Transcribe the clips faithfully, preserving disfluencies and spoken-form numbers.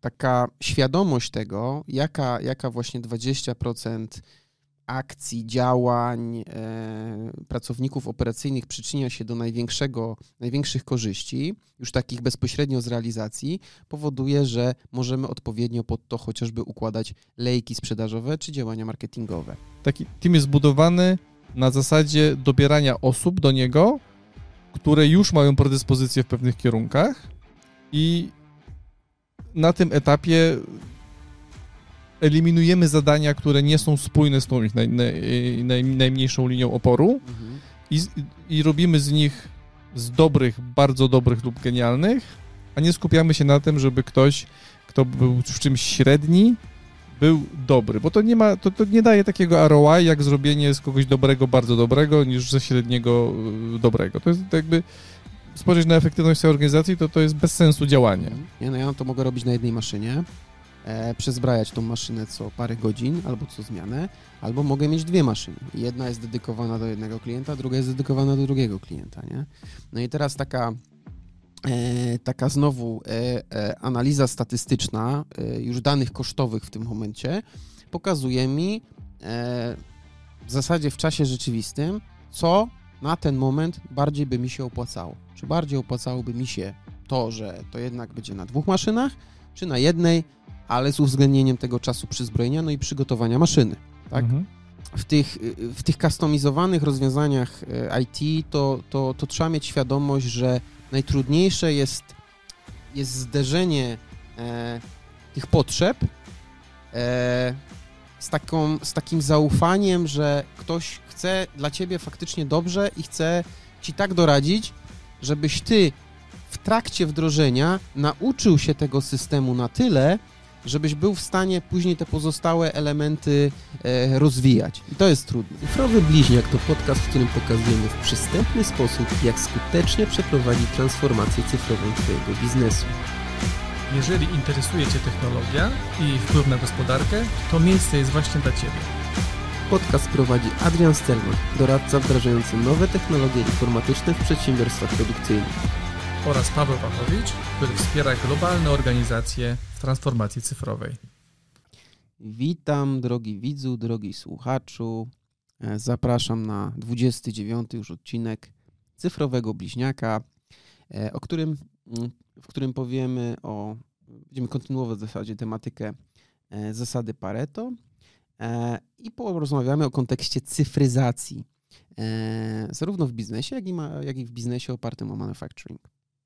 taka świadomość tego, jaka, jaka właśnie dwadzieścia procent akcji, działań e, pracowników operacyjnych przyczynia się do największego, największych korzyści, już takich bezpośrednio z realizacji, powoduje, że możemy odpowiednio pod to chociażby układać lejki sprzedażowe czy działania marketingowe. Taki team jest zbudowany na zasadzie dobierania osób do niego, które już mają predyspozycje w pewnych kierunkach i na tym etapie eliminujemy zadania, które nie są spójne z tą ich naj, naj, naj, najmniejszą linią oporu mhm. i, i robimy z nich z dobrych, bardzo dobrych lub genialnych, a nie skupiamy się na tym, żeby ktoś, kto był w czymś średni, był dobry, bo to nie ma, to, to nie daje takiego R O I, jak zrobienie z kogoś dobrego, bardzo dobrego, niż ze średniego dobrego. To jest jakby spojrzeć na efektywność tej organizacji, to to jest bez sensu działanie. Ja, no ja to mogę robić na jednej maszynie, e, przezbrajać tą maszynę co parę godzin, albo co zmianę, albo mogę mieć dwie maszyny. Jedna jest dedykowana do jednego klienta, druga jest dedykowana do drugiego klienta, nie? No i teraz taka E, taka znowu e, e, analiza statystyczna e, już danych kosztowych w tym momencie pokazuje mi e, w zasadzie w czasie rzeczywistym, co na ten moment bardziej by mi się opłacało. Czy bardziej opłacałoby mi się to, że to jednak będzie na dwóch maszynach, czy na jednej, ale z uwzględnieniem tego czasu przyzbrojenia, no i przygotowania maszyny, tak? Mhm. W tych, w tych customizowanych rozwiązaniach I T to, to, to trzeba mieć świadomość, że najtrudniejsze jest, jest zderzenie e, tych potrzeb e, z, taką, z takim zaufaniem, że ktoś chce dla ciebie faktycznie dobrze i chce ci tak doradzić, żebyś ty w trakcie wdrożenia nauczył się tego systemu na tyle, żebyś był w stanie później te pozostałe elementy e, rozwijać. I to jest trudne. Cyfrowy Bliźniak to podcast, w którym pokazujemy w przystępny sposób, jak skutecznie przeprowadzić transformację cyfrową Twojego biznesu. Jeżeli interesuje Cię technologia i jej wpływ na gospodarkę, to miejsce jest właśnie dla Ciebie. Podcast prowadzi Adrian Stelman, doradca wdrażający nowe technologie informatyczne w przedsiębiorstwach produkcyjnych. Oraz Paweł Wachowicz, który wspiera globalne organizacje w transformacji cyfrowej. Witam, drogi widzu, drogi słuchaczu. Zapraszam na dwudziesty dziewiąty już odcinek Cyfrowego Bliźniaka, o którym, w którym powiemy o, będziemy kontynuować w zasadzie tematykę zasady Pareto i porozmawiamy o kontekście cyfryzacji, zarówno w biznesie, jak i, ma, jak i w biznesie opartym o manufacturing.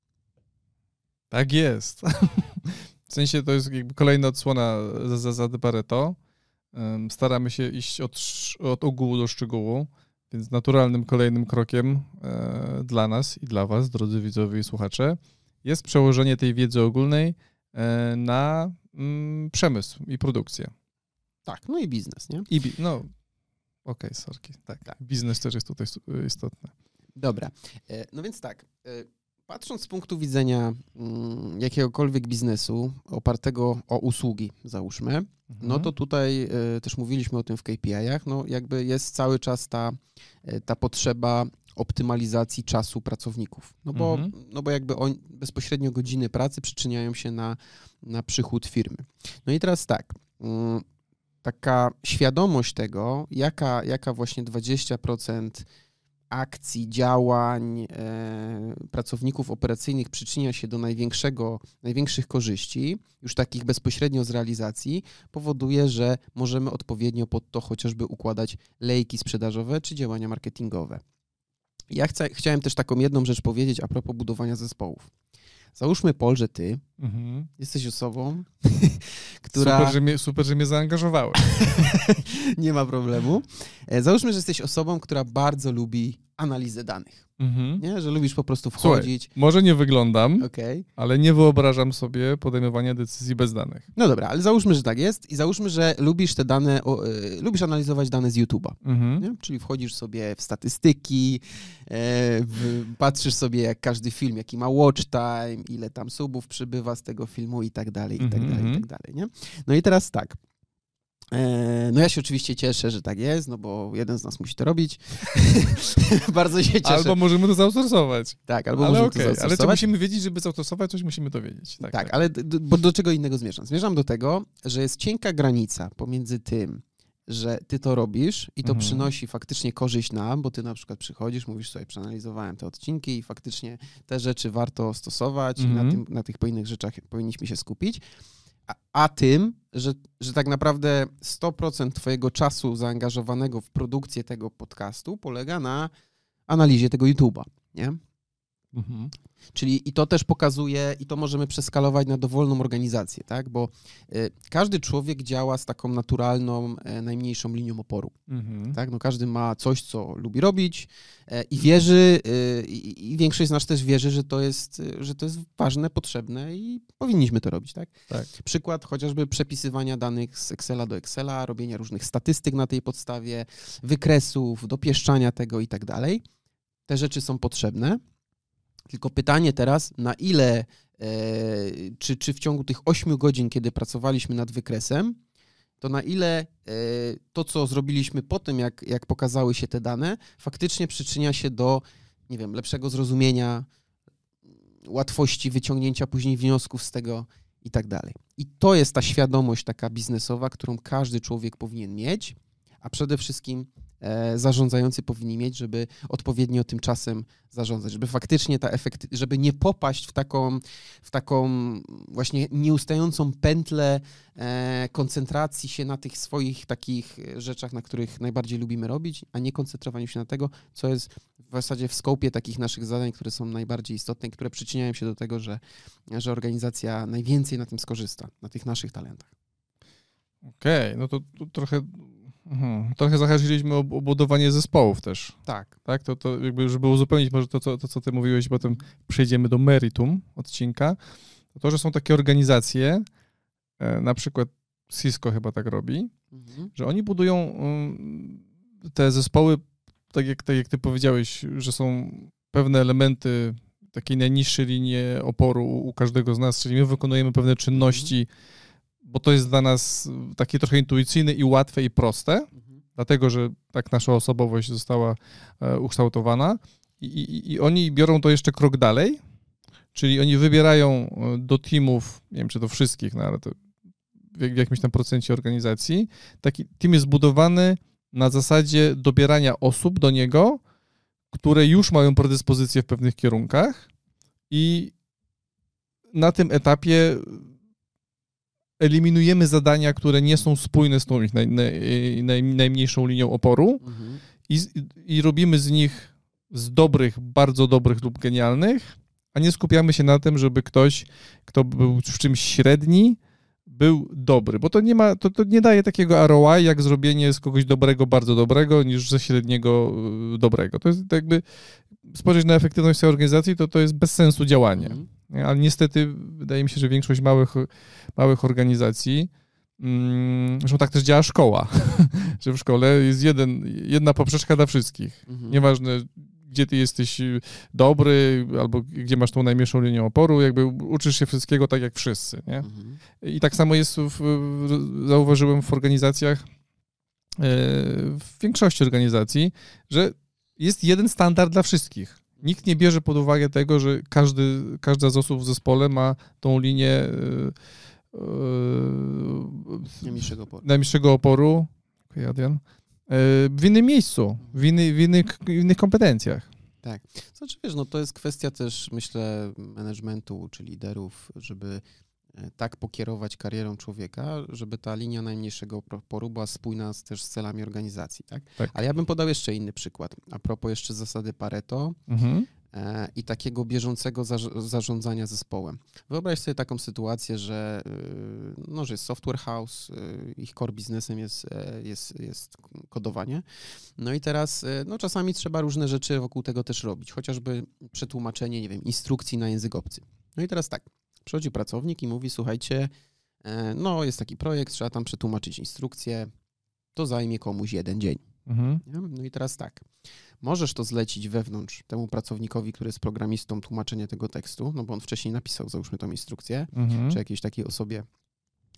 Tak jest. W sensie to jest jakby kolejna odsłona zasady Pareto. Staramy się iść od, od ogółu do szczegółu, więc naturalnym kolejnym krokiem e, dla nas i dla was, drodzy widzowie i słuchacze, jest przełożenie tej wiedzy ogólnej e, na mm, przemysł i produkcję. Tak, no i biznes, nie? I bi- no, okej, okay, sorki. Tak, tak, biznes też jest tutaj istotny. Dobra, no więc tak, patrząc z punktu widzenia jakiegokolwiek biznesu opartego o usługi, załóżmy, mhm. no to tutaj też mówiliśmy o tym w K P I-ach, no jakby jest cały czas ta, ta potrzeba optymalizacji czasu pracowników, no bo, mhm. no bo jakby on, bezpośrednio godziny pracy przyczyniają się na, na przychód firmy. No i teraz tak, taka świadomość tego, jaka, jaka właśnie dwadzieścia procent akcji, działań e, pracowników operacyjnych przyczynia się do największego, największych korzyści, już takich bezpośrednio z realizacji, powoduje, że możemy odpowiednio pod to chociażby układać lejki sprzedażowe czy działania marketingowe. Ja chcę, chciałem też taką jedną rzecz powiedzieć a propos budowania zespołów. Załóżmy, Paul, że ty mhm. jesteś osobą, która... Super, że mnie, super, że mnie zaangażowałeś. Nie ma problemu. Załóżmy, że jesteś osobą, która bardzo lubi analizę danych. Mhm. Nie? Że lubisz po prostu wchodzić. Słuchaj, może nie wyglądam, okay. ale nie wyobrażam sobie podejmowania decyzji bez danych. No dobra, ale załóżmy, że tak jest i załóżmy, że lubisz te dane, o, y, lubisz analizować dane z YouTube'a. Mhm. Nie? Czyli wchodzisz sobie w statystyki, e, w, patrzysz sobie jak każdy film, jaki ma watch time, ile tam subów przybywa z tego filmu i tak dalej, i tak dalej, i tak dalej. Nie? No i teraz tak. No ja się oczywiście cieszę, że tak jest, no bo jeden z nas musi to robić. Bardzo się cieszę. Albo możemy to zoutsourcować. Tak, albo ale możemy okay. to zoutsourcować. Ale to musimy wiedzieć, żeby zoutsourcować coś, musimy to wiedzieć. Tak, tak, tak. ale do, bo do czego innego zmierzam? Zmierzam do tego, że jest cienka granica pomiędzy tym, że ty to robisz i to mhm. przynosi faktycznie korzyść nam, bo ty na przykład przychodzisz, mówisz sobie, przeanalizowałem te odcinki i faktycznie te rzeczy warto stosować mhm. i na, tym, na tych innych rzeczach powinniśmy się skupić. A, a tym, że, że tak naprawdę sto procent twojego czasu zaangażowanego w produkcję tego podcastu polega na analizie tego YouTube'a, nie? Mhm. Czyli i to też pokazuje, i to możemy przeskalować na dowolną organizację, tak? Bo y, każdy człowiek działa z taką naturalną, y, najmniejszą linią oporu, mhm. tak? No każdy ma coś, co lubi robić y, i wierzy, y, i większość z nas też wierzy, że to jest, y, że to jest ważne, potrzebne i powinniśmy to robić, tak? tak? Przykład chociażby przepisywania danych z Excela do Excela, robienia różnych statystyk na tej podstawie, wykresów, dopieszczania tego i tak dalej. Te rzeczy są potrzebne. Tylko pytanie teraz, na ile, e, czy, czy w ciągu tych ośmiu godzin, kiedy pracowaliśmy nad wykresem, to na ile e, to, co zrobiliśmy po tym, jak, jak pokazały się te dane, faktycznie przyczynia się do, nie wiem, lepszego zrozumienia, łatwości wyciągnięcia później wniosków z tego i tak dalej. I to jest ta świadomość taka biznesowa, którą każdy człowiek powinien mieć, a przede wszystkim e, zarządzający powinni mieć, żeby odpowiednio tym czasem zarządzać, żeby faktycznie ta efekt, żeby nie popaść w taką, w taką właśnie nieustającą pętlę e, koncentracji się na tych swoich takich rzeczach, na których najbardziej lubimy robić, a nie koncentrowaniu się na tego, co jest w zasadzie w skopie takich naszych zadań, które są najbardziej istotne, które przyczyniają się do tego, że, że organizacja najwięcej na tym skorzysta, na tych naszych talentach. Okej, okay, no to, to trochę... Mhm. Trochę zahaczyliśmy o, o budowanie zespołów też. Tak. Tak, to, to jakby, żeby uzupełnić może to, co, to, co ty mówiłeś, potem przejdziemy do meritum odcinka, to, to że są takie organizacje, e, na przykład Cisco chyba tak robi, mhm. że oni budują um, te zespoły, tak jak, tak jak ty powiedziałeś, że są pewne elementy takiej najniższej linii oporu u, u każdego z nas, czyli my wykonujemy pewne czynności, mhm. bo to jest dla nas takie trochę intuicyjne i łatwe i proste, mhm. dlatego, że tak nasza osobowość została e, ukształtowana I, i, i oni biorą to jeszcze krok dalej, czyli oni wybierają do teamów, nie wiem czy do wszystkich, no ale to w, w jakimś tam procencie organizacji, taki team jest zbudowany na zasadzie dobierania osób do niego, które już mają predyspozycje w pewnych kierunkach i na tym etapie eliminujemy zadania, które nie są spójne z tą ich naj, naj, naj, najmniejszą linią oporu mhm. i, i robimy z nich z dobrych, bardzo dobrych lub genialnych, a nie skupiamy się na tym, żeby ktoś, kto był w czymś średni, był dobry, bo to nie ma, to, to nie daje takiego R O I, jak zrobienie z kogoś dobrego, bardzo dobrego, niż ze średniego dobrego. To jest to jakby, spojrzeć na efektywność tej organizacji, to to jest bez sensu działanie. Mhm. Ale niestety wydaje mi się, że większość małych, małych organizacji, mm, zresztą tak też działa szkoła, że w szkole jest jeden, jedna poprzeczka dla wszystkich. Mhm. Nieważne, gdzie ty jesteś dobry, albo gdzie masz tą najmniejszą linię oporu, jakby uczysz się wszystkiego tak jak wszyscy. Nie? Mhm. I tak samo jest, w, w, zauważyłem w organizacjach, w większości organizacji, że jest jeden standard dla wszystkich. Nikt nie bierze pod uwagę tego, że każdy, każda z osób w zespole ma tą linię yy, najmniejszego oporu, najmniejszego oporu yy, w innym miejscu, w, inny, w, innych, w innych kompetencjach. Tak. Znaczy, wiesz, no to jest kwestia też, myślę, managementu czy liderów, żeby tak pokierować karierą człowieka, żeby ta linia najmniejszego oporu była spójna z, też z celami organizacji, tak? Tak. Ale ja bym podał jeszcze inny przykład. A propos jeszcze zasady Pareto mhm. e, i takiego bieżącego za, zarządzania zespołem. Wyobraź sobie taką sytuację, że, y, no, że jest software house, y, ich core biznesem jest, y, jest, jest kodowanie. No i teraz y, no, czasami trzeba różne rzeczy wokół tego też robić, chociażby przetłumaczenie, nie wiem, instrukcji na język obcy. No i teraz tak. Przychodzi pracownik i mówi, słuchajcie, no jest taki projekt, trzeba tam przetłumaczyć instrukcję, to zajmie komuś jeden dzień. Mhm. No i teraz tak, możesz to zlecić wewnątrz temu pracownikowi, który jest programistą, tłumaczenie tego tekstu, no bo on wcześniej napisał, załóżmy, tą instrukcję, mhm. czy jakiejś takiej osobie,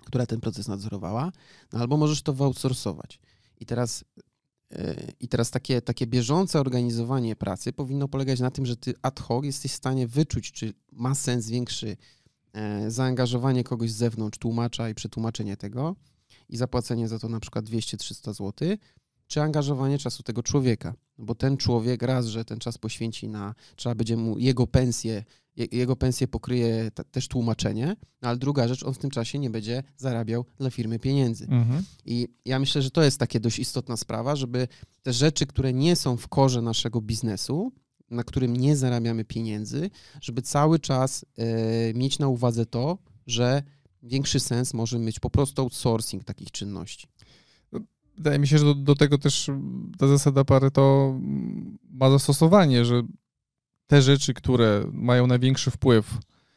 która ten proces nadzorowała, no albo możesz to wyoutsourcować. I teraz, yy, i teraz takie, takie bieżące organizowanie pracy powinno polegać na tym, że ty ad hoc jesteś w stanie wyczuć, czy ma sens większy yy, zaangażowanie kogoś z zewnątrz, tłumacza i przetłumaczenie tego i zapłacenie za to na przykład dwieście trzysta złotych, czy angażowanie czasu tego człowieka. Bo ten człowiek raz, że ten czas poświęci na, trzeba będzie mu jego pensję, jego pensję pokryje ta, też tłumaczenie, ale druga rzecz, on w tym czasie nie będzie zarabiał dla firmy pieniędzy. Mhm. I ja myślę, że to jest takie dość istotna sprawa, żeby te rzeczy, które nie są w korze naszego biznesu, na którym nie zarabiamy pieniędzy, żeby cały czas e, mieć na uwadze to, że większy sens może mieć po prostu outsourcing takich czynności. Wydaje mi się, że do, do tego też ta zasada Pareto ma zastosowanie, że te rzeczy, które mają największy wpływ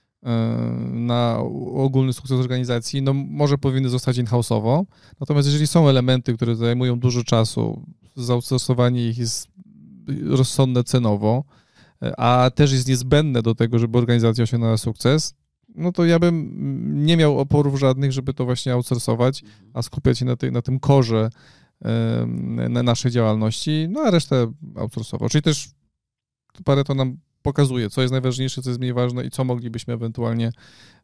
na ogólny sukces organizacji, no może powinny zostać in-house'owo. Natomiast jeżeli są elementy, które zajmują dużo czasu, zastosowanie ich jest rozsądne cenowo, a też jest niezbędne do tego, żeby organizacja osiągnęła sukces, no to ja bym nie miał oporów żadnych, żeby to właśnie outsourcować, a skupiać się na, tej, na tym korze na naszej działalności, no a resztę outsourcować. Czyli też Pareto nam pokazuje, co jest najważniejsze, co jest mniej ważne i co moglibyśmy ewentualnie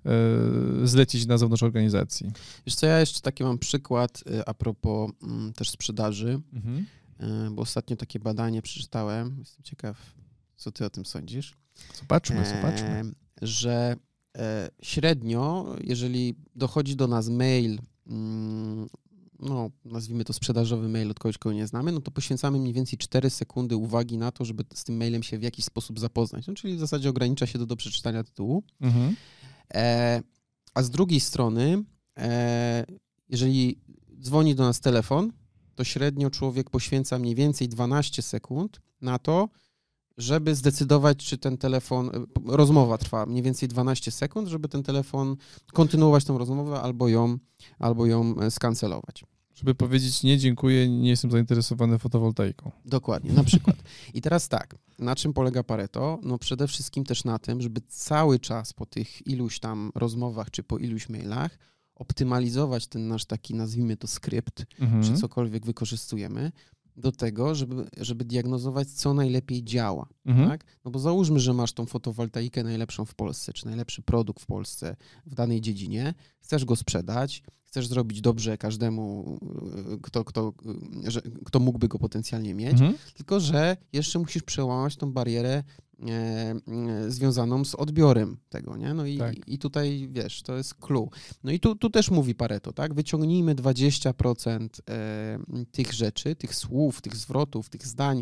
zlecić na zewnątrz organizacji. Wiesz co, ja jeszcze taki mam przykład a propos m, też sprzedaży, mhm. bo ostatnio takie badanie przeczytałem, jestem ciekaw, co ty o tym sądzisz. Zobaczmy, zobaczmy. E, że e, średnio, jeżeli dochodzi do nas mail, mm, no nazwijmy to sprzedażowy mail od kogoś, kogo nie znamy, no to poświęcamy mniej więcej cztery sekundy uwagi na to, żeby z tym mailem się w jakiś sposób zapoznać. No, czyli w zasadzie ogranicza się to do przeczytania tytułu. Mhm. E, a z drugiej strony, e, jeżeli dzwoni do nas telefon, to średnio człowiek poświęca mniej więcej dwanaście sekund na to, żeby zdecydować, czy ten telefon, rozmowa trwa mniej więcej dwanaście sekund, żeby ten telefon, kontynuować tą rozmowę albo ją, albo ją skancelować. Żeby powiedzieć nie, dziękuję, nie jestem zainteresowany fotowoltaiką. Dokładnie, na przykład. I teraz tak, na czym polega Pareto? No przede wszystkim też na tym, żeby cały czas po tych iluś tam rozmowach, czy po iluś mailach optymalizować ten nasz taki, nazwijmy to skrypt, mhm. czy cokolwiek wykorzystujemy, do tego, żeby, żeby diagnozować, co najlepiej działa. Mhm. Tak? No bo załóżmy, że masz tą fotowoltaikę najlepszą w Polsce, czy najlepszy produkt w Polsce w danej dziedzinie, chcesz go sprzedać, chcesz zrobić dobrze każdemu, kto, kto, że, kto mógłby go potencjalnie mieć, mhm. tylko że jeszcze musisz przełamać tą barierę e, e, związaną z odbiorem tego, nie? No i, tak. i tutaj, wiesz, to jest clue. No i tu, tu też mówi Pareto, tak? Wyciągnijmy dwadzieścia procent e, tych rzeczy, tych słów, tych zwrotów, tych zdań,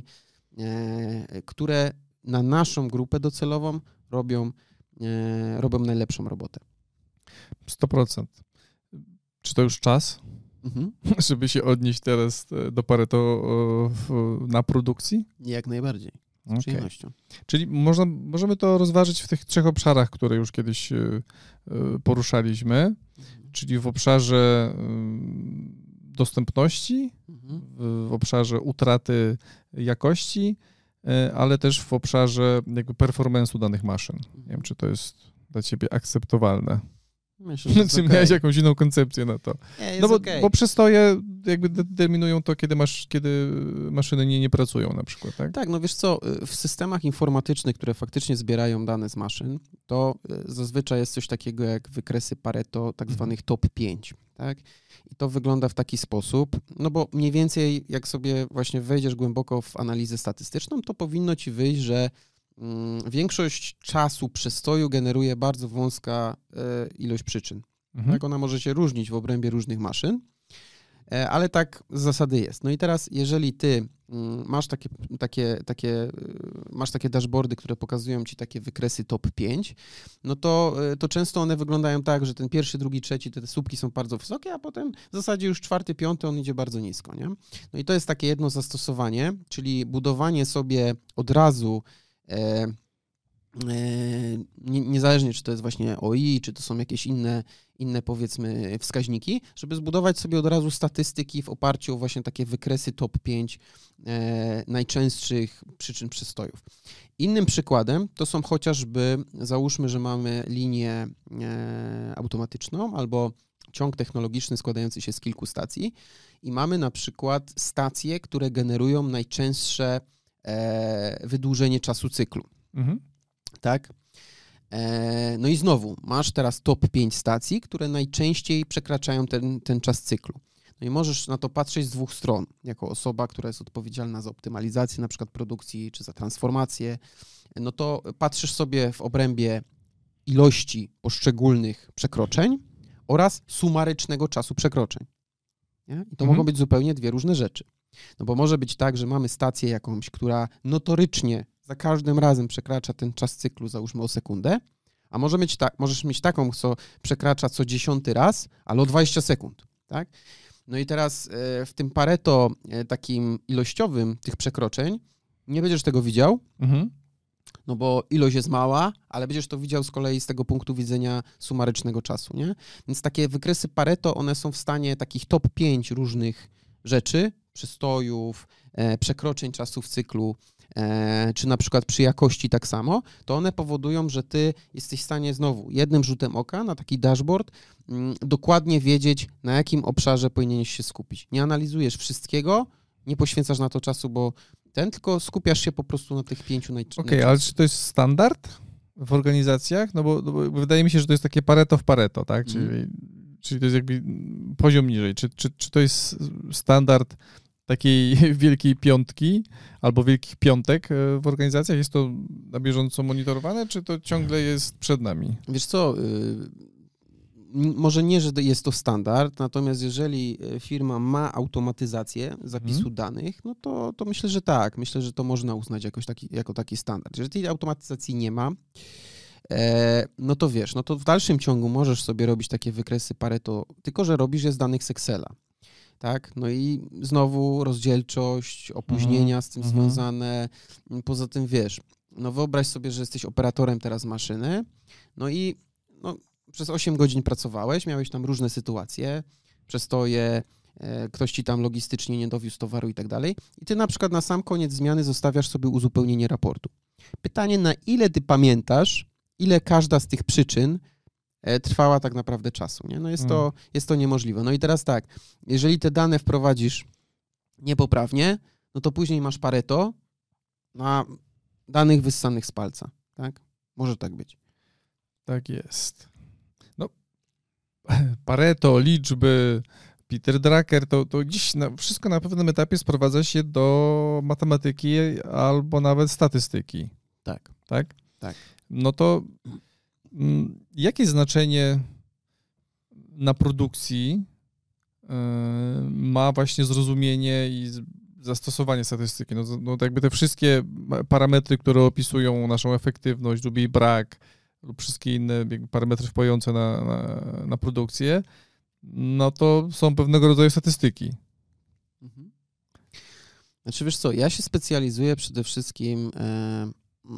e, które na naszą grupę docelową robią, e, robią najlepszą robotę. sto procent. Czy to już czas, mhm. żeby się odnieść teraz do Pareto na produkcji? Jak najbardziej. Z okay. przyjemnością. Czyli można, możemy to rozważyć w tych trzech obszarach, które już kiedyś poruszaliśmy, mhm. czyli w obszarze dostępności, mhm. w obszarze utraty jakości, ale też w obszarze jakby performance'u danych maszyn. Nie wiem, czy to jest dla ciebie akceptowalne. Myślę, że Czy okay. miałeś jakąś inną koncepcję na to? Nie, no bo, okay. bo przestoje jakby determinują to, kiedy, masz, kiedy maszyny nie, nie pracują na przykład, tak? Tak, no wiesz co, w systemach informatycznych, które faktycznie zbierają dane z maszyn, to zazwyczaj jest coś takiego jak wykresy Pareto, tak zwanych top pięć, tak? I to wygląda w taki sposób, no bo mniej więcej jak sobie właśnie wejdziesz głęboko w analizę statystyczną, to powinno ci wyjść, że większość czasu przestoju generuje bardzo wąska ilość przyczyn. Mhm. Tak, ona może się różnić w obrębie różnych maszyn, ale tak z zasady jest. No i teraz, jeżeli ty masz takie, takie, takie, masz takie dashboardy, które pokazują ci takie wykresy top pięć, no to, to często one wyglądają tak, że ten pierwszy, drugi, trzeci, te, te słupki są bardzo wysokie, a potem w zasadzie już czwarty, piąty on idzie bardzo nisko, nie? No i to jest takie jedno zastosowanie, czyli budowanie sobie od razu E, e, nie, niezależnie czy to jest właśnie O I, czy to są jakieś inne, inne powiedzmy wskaźniki, żeby zbudować sobie od razu statystyki w oparciu o właśnie takie wykresy top pięć e, najczęstszych przyczyn przestojów. Innym przykładem to są chociażby, załóżmy, że mamy linię e, automatyczną albo ciąg technologiczny składający się z kilku stacji i mamy na przykład stacje, które generują najczęstsze e, wydłużenie czasu cyklu. Mhm. Tak? E, no i znowu, masz teraz top pięć stacji, które najczęściej przekraczają ten, ten czas cyklu. No i możesz na to patrzeć z dwóch stron, jako osoba, która jest odpowiedzialna za optymalizację na przykład produkcji czy za transformację, no to patrzysz sobie w obrębie ilości poszczególnych przekroczeń oraz sumarycznego czasu przekroczeń. Nie? I to mhm. mogą być zupełnie dwie różne rzeczy. No bo może być tak, że mamy stację jakąś, która notorycznie za każdym razem przekracza ten czas cyklu, załóżmy o sekundę, a może mieć ta, możesz mieć taką, co przekracza co dziesiąty raz, ale o dwadzieścia sekund. Tak? No i teraz w tym Pareto takim ilościowym tych przekroczeń nie będziesz tego widział, mhm. no bo ilość jest mała, ale będziesz to widział z kolei z tego punktu widzenia sumarycznego czasu, nie? Więc takie wykresy Pareto, one są w stanie takich top pięć różnych rzeczy, przystojów, e, przekroczeń czasów cyklu, e, czy na przykład przy jakości tak samo, to one powodują, że ty jesteś w stanie znowu jednym rzutem oka na taki dashboard m, dokładnie wiedzieć, na jakim obszarze powinieneś się skupić. Nie analizujesz wszystkiego, nie poświęcasz na to czasu, bo ten, tylko skupiasz się po prostu na tych pięciu najczęściej. Okej, okay, ale czy to jest standard w organizacjach? No bo, no bo wydaje mi się, że to jest takie Pareto w Pareto, tak? Czyli, mm. czyli to jest jakby poziom niżej. Czy, czy, czy to jest standard takiej wielkiej piątki albo wielkich piątek w organizacjach? Jest to na bieżąco monitorowane, czy to ciągle jest przed nami? Wiesz co, y- może nie, że jest to standard, natomiast jeżeli firma ma automatyzację zapisu hmm. danych, no to, to myślę, że tak. Myślę, że to można uznać jakoś taki, jako taki standard. Jeżeli tej automatyzacji nie ma, e, no to wiesz, no to w dalszym ciągu możesz sobie robić takie wykresy Pareto, tylko że robisz je z danych z Excela. Tak? No i znowu rozdzielczość, opóźnienia hmm. z tym hmm. związane. Poza tym wiesz, no wyobraź sobie, że jesteś operatorem teraz maszyny, no i no, przez osiem godzin pracowałeś, miałeś tam różne sytuacje, przestoje, e, ktoś ci tam logistycznie nie dowiózł towaru i tak dalej. I ty na przykład na sam koniec zmiany zostawiasz sobie uzupełnienie raportu. Pytanie, na ile ty pamiętasz, ile każda z tych przyczyn e, trwała tak naprawdę czasu, nie? No jest, hmm. to, jest to niemożliwe. No i teraz tak, jeżeli te dane wprowadzisz niepoprawnie, no to później masz Pareto na danych wyssanych z palca, tak? Może tak być. Tak jest. No, Pareto, liczby, Peter Drucker, to, to dziś na, wszystko na pewnym etapie sprowadza się do matematyki albo nawet statystyki. Tak. Tak? Tak. No to m, jakie znaczenie na produkcji y, ma właśnie zrozumienie i zastosowanie statystyki? No, no jakby te wszystkie parametry, które opisują naszą efektywność lub jej brak, lub wszystkie inne parametry wpływające na, na, na produkcję, no to są pewnego rodzaju statystyki. Mhm. Znaczy wiesz co, ja się specjalizuję przede wszystkim e,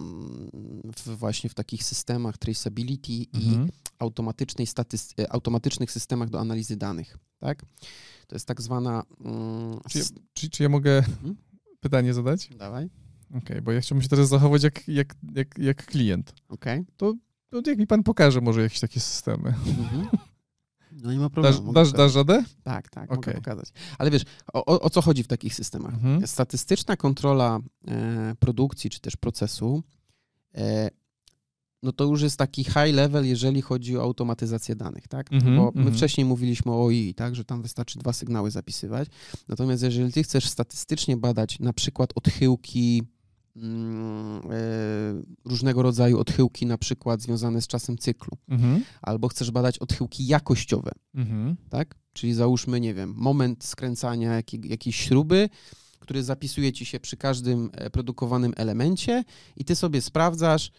w, właśnie w takich systemach traceability mhm. i automatycznej statyst- automatycznych systemach do analizy danych, tak? To jest tak zwana... Mm, czy, czy, czy ja mogę mhm. pytanie zadać? Dawaj. Okej, okay, bo ja chciałbym się teraz zachować jak, jak, jak, jak klient. Okej. Okay. To, to jak mi pan pokaże może jakieś takie systemy. Mhm. No nie ma problemu. Dasz, dasz, dasz radę? Tak, tak, okay. mogę pokazać. Ale wiesz, o, o, o co chodzi w takich systemach? Mhm. Statystyczna kontrola e, produkcji czy też procesu, e, no to już jest taki high level, jeżeli chodzi o automatyzację danych, tak? Mhm, Bo my mhm. wcześniej mówiliśmy o O I, tak, że tam wystarczy dwa sygnały zapisywać. Natomiast jeżeli ty chcesz statystycznie badać na przykład odchyłki, różnego rodzaju odchyłki, na przykład związane z czasem cyklu, mhm. albo chcesz badać odchyłki jakościowe, mhm. tak? Czyli załóżmy, nie wiem, moment skręcania jakiej, jakiejś śruby, który zapisuje ci się przy każdym produkowanym elemencie i ty sobie sprawdzasz,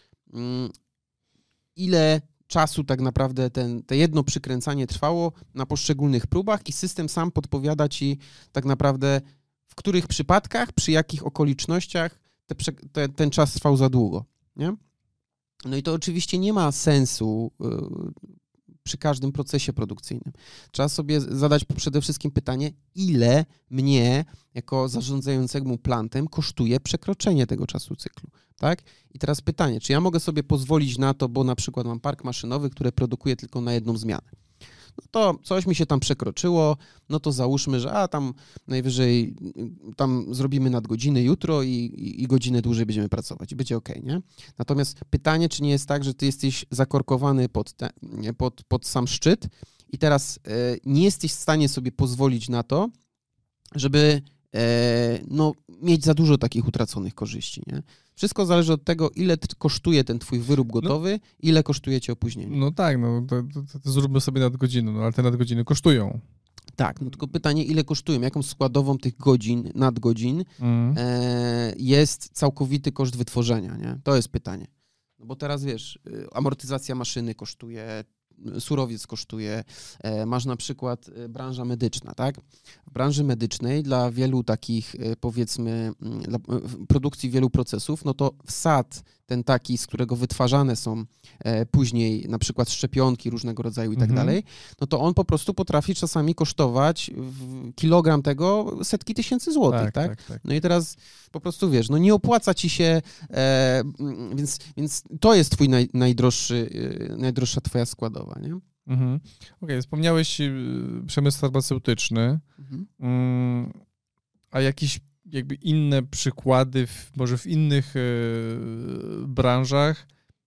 ile czasu tak naprawdę ten, te jedno przykręcanie trwało na poszczególnych próbach i system sam podpowiada ci tak naprawdę, w których przypadkach, przy jakich okolicznościach Te, te, ten czas trwał za długo, nie? No i to oczywiście nie ma sensu y, przy każdym procesie produkcyjnym. Trzeba sobie zadać przede wszystkim pytanie, ile mnie jako zarządzającemu plantem kosztuje przekroczenie tego czasu cyklu, tak? I teraz pytanie, czy ja mogę sobie pozwolić na to, bo na przykład mam park maszynowy, który produkuje tylko na jedną zmianę. No to coś mi się tam przekroczyło, no to załóżmy, że a tam najwyżej tam zrobimy nadgodziny jutro i, i, i godzinę dłużej będziemy pracować i będzie okej, nie? Natomiast pytanie, czy nie jest tak, że ty jesteś zakorkowany pod, te, pod, pod sam szczyt i teraz y, nie jesteś w stanie sobie pozwolić na to, żeby e, no, mieć za dużo takich utraconych korzyści, nie? Wszystko zależy od tego, ile t- kosztuje ten twój wyrób gotowy, no, ile kosztuje cię opóźnienie. No tak, no to, to, to zróbmy sobie nadgodziny, no ale te nadgodziny kosztują. Tak, no tylko pytanie, ile kosztują, jaką składową tych godzin, nadgodzin mm. e, jest całkowity koszt wytworzenia, nie? To jest pytanie. No bo teraz wiesz, amortyzacja maszyny kosztuje, surowiec kosztuje, masz na przykład branża medyczna, tak? W branży medycznej dla wielu takich, powiedzmy, dla produkcji wielu procesów, no to wsad ten taki, z którego wytwarzane są później na przykład szczepionki różnego rodzaju i tak mhm. dalej, no to on po prostu potrafi czasami kosztować kilogram tego setki tysięcy złotych, tak, tak? tak, tak. No i teraz po prostu wiesz, no nie opłaca ci się, e, więc, więc to jest twój naj, najdroższy, e, najdroższa twoja składowa, nie? Mhm. Okej, okay, wspomniałeś przemysł farmaceutyczny, mhm. mm, a jakieś jakby inne przykłady, w, może w innych e, branżach,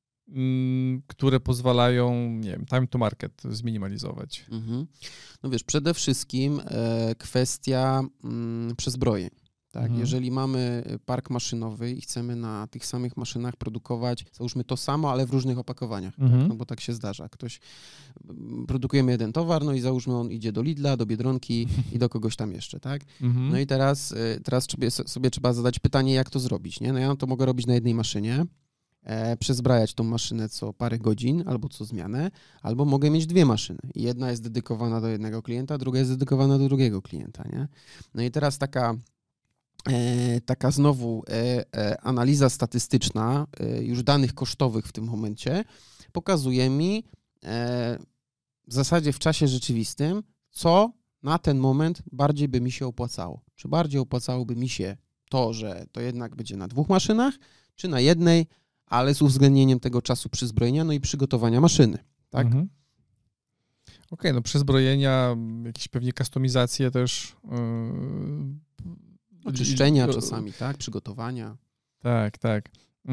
m, które pozwalają, nie wiem, time to market zminimalizować? Mhm. No wiesz, przede wszystkim e, kwestia m, przezbrojeń. Tak, mhm. Jeżeli mamy park maszynowy i chcemy na tych samych maszynach produkować, załóżmy to samo, ale w różnych opakowaniach, mhm. tak? No bo tak się zdarza. Ktoś, produkujemy jeden towar, no i załóżmy on idzie do Lidla, do Biedronki i do kogoś tam jeszcze, tak? Mhm. No i teraz, teraz sobie, sobie trzeba zadać pytanie, jak to zrobić, nie? No ja to mogę robić na jednej maszynie, e, przezbrajać tą maszynę co parę godzin albo co zmianę, albo mogę mieć dwie maszyny. Jedna jest dedykowana do jednego klienta, druga jest dedykowana do drugiego klienta, nie? No i teraz taka E, taka znowu e, e, analiza statystyczna e, już danych kosztowych w tym momencie pokazuje mi e, w zasadzie w czasie rzeczywistym, co na ten moment bardziej by mi się opłacało. Czy bardziej opłacałoby mi się to, że to jednak będzie na dwóch maszynach, czy na jednej, ale z uwzględnieniem tego czasu przyzbrojenia, no i przygotowania maszyny, tak? Mhm. Okej, okay, no przyzbrojenia, jakieś pewnie kustomizacje też... Yy... Oczyszczenia czasami, tak? Przygotowania. Tak, tak.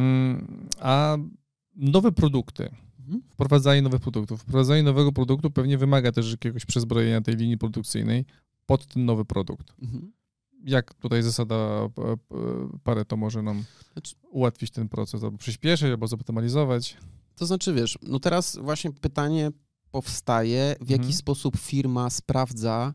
A nowe produkty, mhm. wprowadzanie nowych produktów. Wprowadzanie nowego produktu pewnie wymaga też jakiegoś przezbrojenia tej linii produkcyjnej pod ten nowy produkt. Mhm. Jak tutaj zasada Pareto może nam znaczy, ułatwić ten proces, albo przyspieszyć, albo zoptymalizować? To znaczy, wiesz, no teraz właśnie pytanie powstaje, w jaki mhm. sposób firma sprawdza,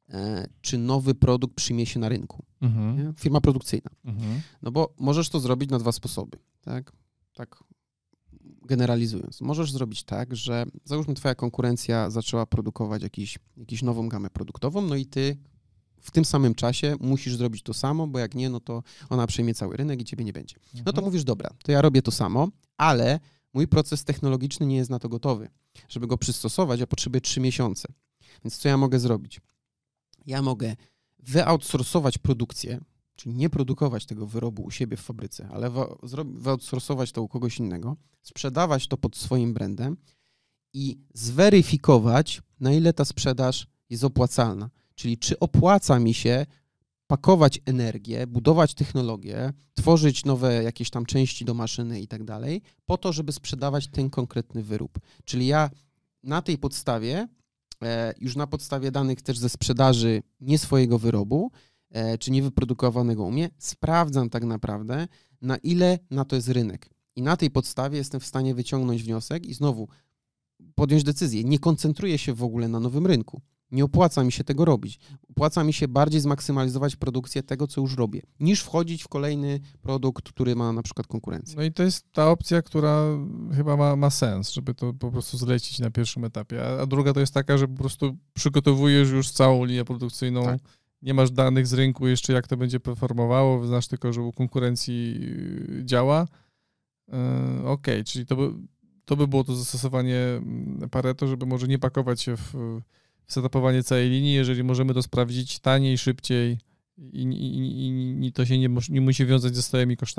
czy nowy produkt przyjmie się na rynku. Mhm. Firma produkcyjna. Mhm. No bo możesz to zrobić na dwa sposoby, tak? Tak generalizując. Możesz zrobić tak, że załóżmy twoja konkurencja zaczęła produkować jakiś, jakąś nową gamę produktową, no i ty w tym samym czasie musisz zrobić to samo, bo jak nie, no to ona przejmie cały rynek i ciebie nie będzie. Mhm. No to mówisz, dobra, to ja robię to samo, ale mój proces technologiczny nie jest na to gotowy. Żeby go przystosować, ja potrzebuję trzy miesiące. Więc co ja mogę zrobić? Ja mogę wyoutsourcować produkcję, czyli nie produkować tego wyrobu u siebie w fabryce, ale wyoutsourcować to u kogoś innego, sprzedawać to pod swoim brandem i zweryfikować, na ile ta sprzedaż jest opłacalna. Czyli czy opłaca mi się pakować energię, budować technologię, tworzyć nowe jakieś tam części do maszyny i tak dalej, po to, żeby sprzedawać ten konkretny wyrób. Czyli ja na tej podstawie już na podstawie danych też ze sprzedaży nie swojego wyrobu, czy niewyprodukowanego u mnie, sprawdzam tak naprawdę, na ile na to jest rynek. I na tej podstawie jestem w stanie wyciągnąć wniosek i znowu podjąć decyzję. Nie koncentruję się w ogóle na nowym rynku. Nie opłaca mi się tego robić. Opłaca mi się bardziej zmaksymalizować produkcję tego, co już robię, niż wchodzić w kolejny produkt, który ma na przykład konkurencję. No i to jest ta opcja, która chyba ma, ma sens, żeby to po prostu zlecić na pierwszym etapie. A, a druga to jest taka, że po prostu przygotowujesz już całą linię produkcyjną, tak. Nie masz danych z rynku jeszcze, jak to będzie performowało, znasz tylko, że u konkurencji działa. Yy, Okej, okay, czyli to by, to by było to zastosowanie Pareto, żeby może nie pakować się w setupowanie całej linii, jeżeli możemy to sprawdzić taniej, szybciej i, i, i, i to się nie, nie musi wiązać ze stałymi kosztami.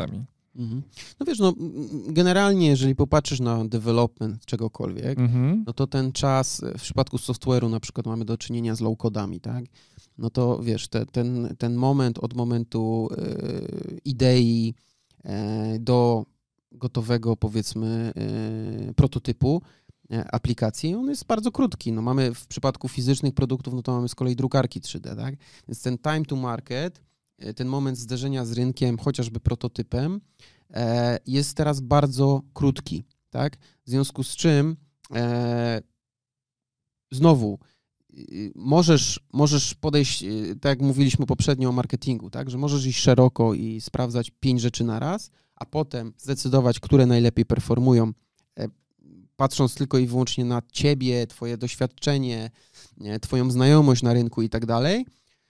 Mhm. No wiesz, no generalnie jeżeli popatrzysz na development czegokolwiek, Mhm. no to ten czas, w przypadku software'u na przykład mamy do czynienia z low-codami, tak? No to wiesz, te, ten, ten moment od momentu y, idei y, do gotowego, powiedzmy, y, prototypu y, aplikacji, on jest bardzo krótki. No mamy w przypadku fizycznych produktów, no to mamy z kolei drukarki trzy D, tak? Więc ten time to market, y, ten moment zderzenia z rynkiem, chociażby prototypem, y, jest teraz bardzo krótki, tak? W związku z czym y, znowu Możesz, możesz podejść, tak jak mówiliśmy poprzednio o marketingu, tak, że możesz iść szeroko i sprawdzać pięć rzeczy na raz, a potem zdecydować, które najlepiej performują, patrząc tylko i wyłącznie na ciebie, twoje doświadczenie, twoją znajomość na rynku i tak dalej.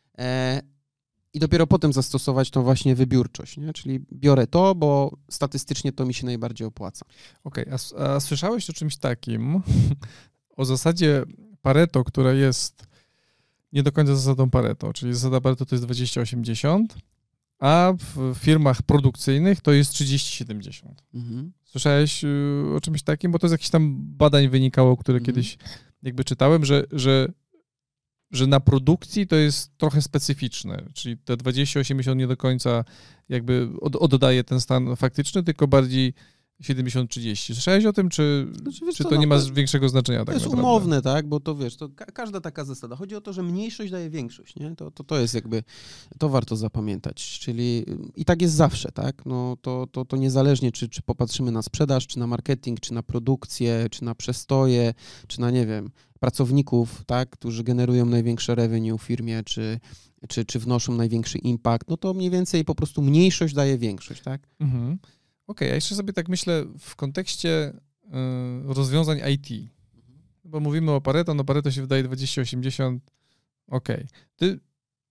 I dopiero potem zastosować tą właśnie wybiórczość, nie? Czyli biorę to, bo statystycznie to mi się najbardziej opłaca. Okej, okay, a, a słyszałeś o czymś takim, o zasadzie Pareto, która jest nie do końca zasadą Pareto, czyli zasada Pareto to jest dwadzieścia osiemdziesiąt, a w firmach produkcyjnych to jest trzydzieści siedemdziesiąt. Mhm. Słyszałeś o czymś takim? Bo to z jakichś tam badań wynikało, które mhm. kiedyś jakby czytałem, że, że, że na produkcji to jest trochę specyficzne, czyli te dwadzieścia osiemdziesiąt nie do końca jakby od, oddaje ten stan faktyczny, tylko bardziej siedemdziesiąt trzydzieści. Słyszałeś o tym, czy, znaczy, czy to co, nie ma to, większego znaczenia? To tak jest naprawdę? Umowne, tak? Bo to wiesz, to ka- każda taka zasada. Chodzi o to, że mniejszość daje większość, nie? To, to, to jest jakby, to warto zapamiętać. Czyli i tak jest zawsze, tak? No to, to, to niezależnie, czy, czy popatrzymy na sprzedaż, czy na marketing, czy na produkcję, czy na przestoje, czy na, nie wiem, pracowników, tak? Którzy generują największe revenue w firmie, czy, czy, czy wnoszą największy impact, no to mniej więcej po prostu mniejszość daje większość, tak? Mhm. Okej, okay, a jeszcze sobie tak myślę w kontekście y, rozwiązań I T, bo mówimy o Pareto, no Pareto się wydaje dwadzieścia osiemdziesiąt, okej. Okay. Ty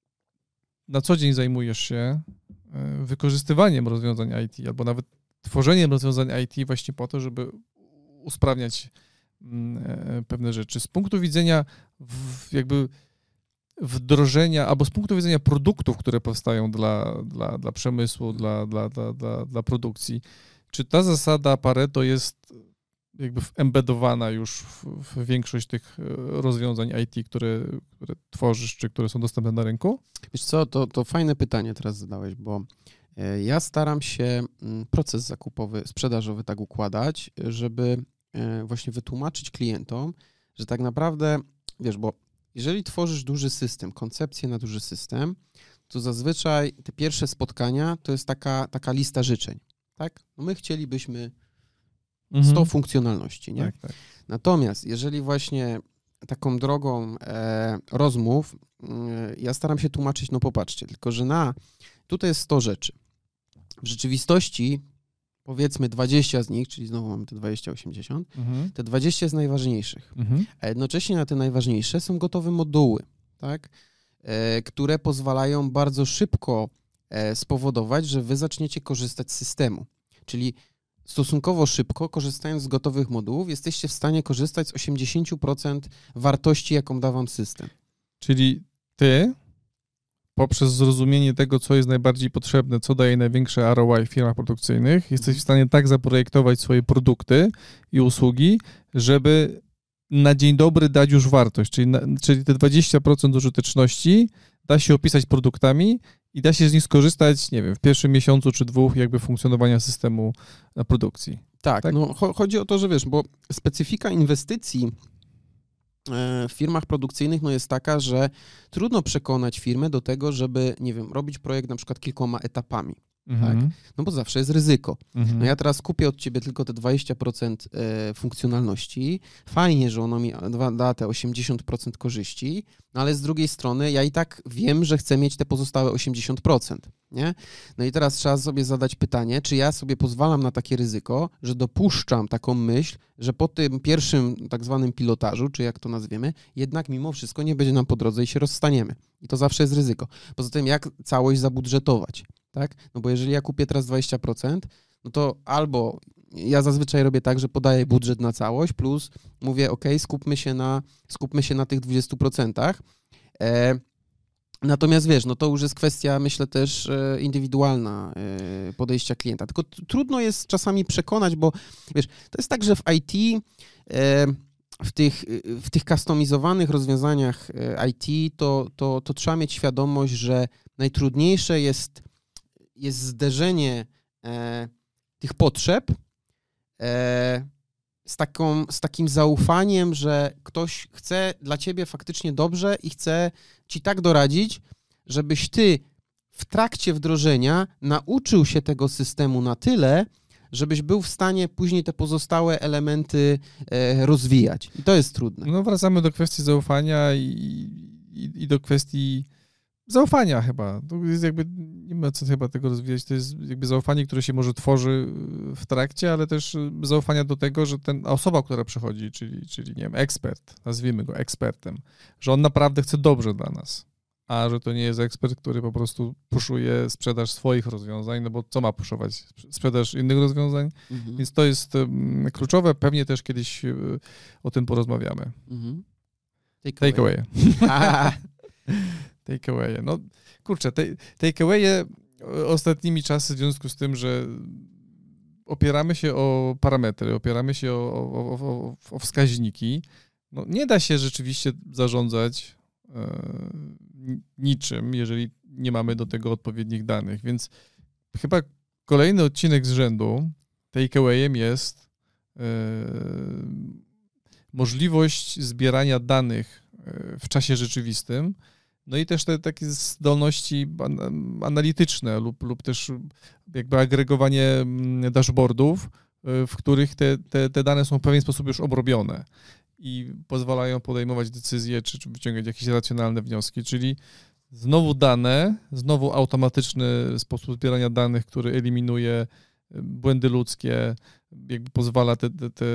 na co dzień zajmujesz się y, wykorzystywaniem rozwiązań I T, albo nawet tworzeniem rozwiązań I T właśnie po to, żeby usprawniać y, pewne rzeczy. Z punktu widzenia w, jakby wdrożenia, albo z punktu widzenia produktów, które powstają dla, dla, dla przemysłu, dla, dla, dla, dla, dla produkcji, czy ta zasada Pareto jest jakby embedowana już w, w większość tych rozwiązań I T, które, które tworzysz, czy które są dostępne na rynku? Wiesz co, to, to fajne pytanie teraz zadałeś, bo ja staram się proces zakupowy, sprzedażowy tak układać, żeby właśnie wytłumaczyć klientom, że tak naprawdę, wiesz, bo jeżeli tworzysz duży system, koncepcję na duży system, to zazwyczaj te pierwsze spotkania to jest taka, taka lista życzeń, tak? No my chcielibyśmy mhm. sto funkcjonalności, nie? Tak, tak. Natomiast jeżeli właśnie taką drogą e, rozmów e, ja staram się tłumaczyć, no popatrzcie, tylko że na, tutaj jest sto rzeczy. W rzeczywistości powiedzmy dwadzieścia z nich, czyli znowu mamy te dwadzieścia osiemdziesiąt, mhm. te dwadzieścia jest najważniejszych. Mhm. A jednocześnie na te najważniejsze są gotowe moduły, tak? E, które pozwalają bardzo szybko e, spowodować, że wy zaczniecie korzystać z systemu. Czyli stosunkowo szybko, korzystając z gotowych modułów, jesteście w stanie korzystać z osiemdziesiąt procent wartości, jaką da wam system. Czyli ty poprzez zrozumienie tego, co jest najbardziej potrzebne, co daje największe R O I w firmach produkcyjnych, jesteś w stanie tak zaprojektować swoje produkty i usługi, żeby na dzień dobry dać już wartość. Czyli, na, czyli te dwadzieścia procent użyteczności da się opisać produktami i da się z nich skorzystać, nie wiem, w pierwszym miesiącu czy dwóch jakby funkcjonowania systemu na produkcji. Tak, tak? No cho- chodzi o to, że wiesz, bo specyfika inwestycji w firmach produkcyjnych no jest taka, że trudno przekonać firmę do tego, żeby, nie wiem, robić projekt na przykład kilkoma etapami, mhm. tak? No bo zawsze jest ryzyko. Mhm. No ja teraz kupię od ciebie tylko te dwadzieścia procent funkcjonalności, fajnie, że ono mi da te osiemdziesiąt procent korzyści, no ale z drugiej strony ja i tak wiem, że chcę mieć te pozostałe osiemdziesiąt procent, nie? No i teraz trzeba sobie zadać pytanie, czy ja sobie pozwalam na takie ryzyko, że dopuszczam taką myśl, że po tym pierwszym tak zwanym pilotażu, czy jak to nazwiemy, jednak mimo wszystko nie będzie nam po drodze i się rozstaniemy. I to zawsze jest ryzyko. Poza tym jak całość zabudżetować, tak? No bo jeżeli ja kupię teraz dwadzieścia procent, no to albo ja zazwyczaj robię tak, że podaję budżet na całość, plus mówię, ok, skupmy się na, skupmy się na tych dwudziestu procentach. E, Natomiast wiesz, no to już jest kwestia, myślę, też e, indywidualna e, podejścia klienta. Tylko t- trudno jest czasami przekonać, bo wiesz, to jest tak, że w I T, e, w tych, w tych customizowanych rozwiązaniach I T, to, to, to trzeba mieć świadomość, że najtrudniejsze jest, jest zderzenie e, tych potrzeb e, z, taką, z takim zaufaniem, że ktoś chce dla ciebie faktycznie dobrze i chce ci tak doradzić, żebyś ty w trakcie wdrożenia nauczył się tego systemu na tyle, żebyś był w stanie później te pozostałe elementy e, rozwijać. I to jest trudne. No wracamy do kwestii zaufania i, i, i do kwestii zaufania chyba. To jest jakby, nie ma co chyba tego rozwijać, to jest jakby zaufanie, które się może tworzy w trakcie, ale też zaufania do tego, że ten osoba, która przychodzi, czyli, czyli nie wiem, ekspert, nazwijmy go ekspertem, że on naprawdę chce dobrze dla nas, a że to nie jest ekspert, który po prostu puszuje sprzedaż swoich rozwiązań, no bo co ma puszować? Sprzedaż innych rozwiązań? Mhm. Więc to jest um, kluczowe, pewnie też kiedyś uh, o tym porozmawiamy. Mhm. Take, take away. away. Takeawaye. No kurczę, te, takeawaye ostatnimi czasy w związku z tym, że opieramy się o parametry, opieramy się o, o, o, o wskaźniki, no nie da się rzeczywiście zarządzać e, niczym, jeżeli nie mamy do tego odpowiednich danych, więc chyba kolejny odcinek z rzędu takeawayem jest e, możliwość zbierania danych w czasie rzeczywistym. No i też te takie zdolności analityczne lub, lub też jakby agregowanie dashboardów, w których te, te, te dane są w pewien sposób już obrobione i pozwalają podejmować decyzje czy, czy wyciągać jakieś racjonalne wnioski, czyli znowu dane, znowu automatyczny sposób zbierania danych, który eliminuje błędy ludzkie, jakby pozwala te, te, te,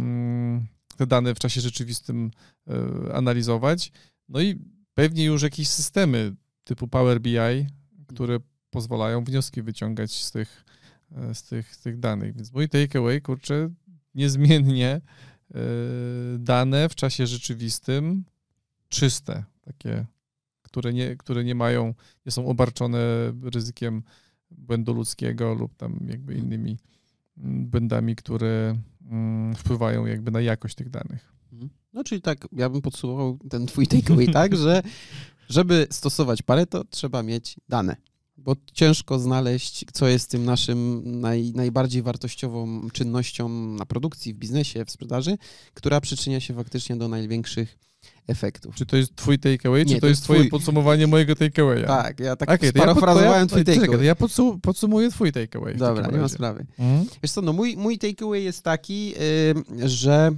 te dane w czasie rzeczywistym analizować. No i pewnie już jakieś systemy typu Power B I, które pozwalają wnioski wyciągać z tych, z tych, z tych danych. Więc mój takeaway, kurczę, niezmiennie yy, dane w czasie rzeczywistym, czyste, takie, które nie, które nie mają, nie są obarczone ryzykiem błędu ludzkiego lub tam jakby innymi błędami, które yy, wpływają jakby na jakość tych danych. No czyli tak, ja bym podsumował ten twój takeaway tak, że żeby stosować Pareto, trzeba mieć dane, bo ciężko znaleźć, co jest tym naszym naj, najbardziej wartościową czynnością na produkcji, w biznesie, w sprzedaży, która przyczynia się faktycznie do największych efektów. Czy to jest twój takeaway, czy to, to jest twoje twój... podsumowanie mojego takeawaya? Tak, ja tak okay, sparafrazowałem ja twój takeaway. Ja podsum- podsumuję twój takeaway. Dobra, nie ma sprawy. Mhm. Wiesz co, no mój, mój takeaway jest taki, yy, że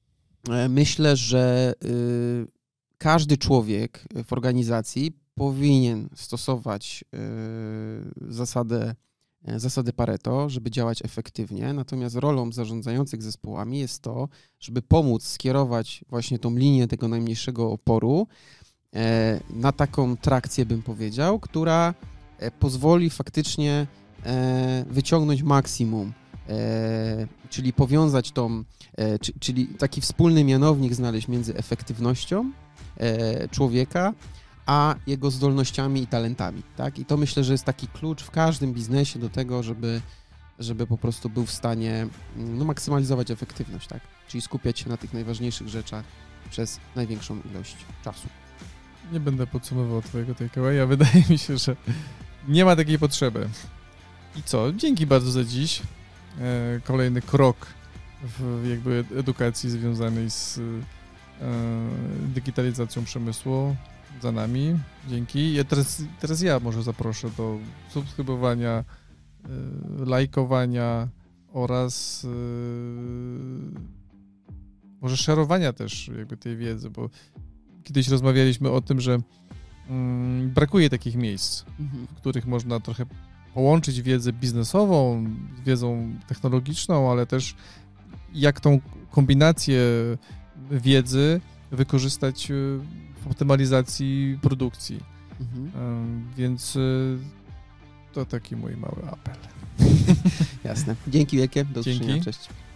myślę, że y, każdy człowiek w organizacji powinien stosować y, zasadę, zasadę Pareto, żeby działać efektywnie. Natomiast rolą zarządzających zespołami jest to, żeby pomóc skierować właśnie tą linię tego najmniejszego oporu e, na taką trakcję, bym powiedział, która e, pozwoli faktycznie e, wyciągnąć maksimum. E, czyli powiązać tą, e, czy, czyli taki wspólny mianownik znaleźć między efektywnością e, człowieka, a jego zdolnościami i talentami, tak? I to myślę, że jest taki klucz w każdym biznesie do tego, żeby, żeby po prostu był w stanie no, maksymalizować efektywność, tak? Czyli skupiać się na tych najważniejszych rzeczach przez największą ilość czasu. Nie będę podsumowywał twojego takeawaya, wydaje mi się, że nie ma takiej potrzeby. I co? Dzięki bardzo za dziś. Kolejny krok w jakby edukacji związanej z e, digitalizacją przemysłu za nami. Dzięki. Ja teraz, teraz ja może zaproszę do subskrybowania, e, lajkowania oraz e, może szerowania też jakby tej wiedzy, bo kiedyś rozmawialiśmy o tym, że mm, brakuje takich miejsc, mhm. w których można trochę połączyć wiedzę biznesową z wiedzą technologiczną, ale też jak tą kombinację wiedzy wykorzystać w optymalizacji produkcji. Mhm. Więc to taki mój mały apel. Jasne. Dzięki wielkie. Do Dzięki. usłyszenia. Cześć.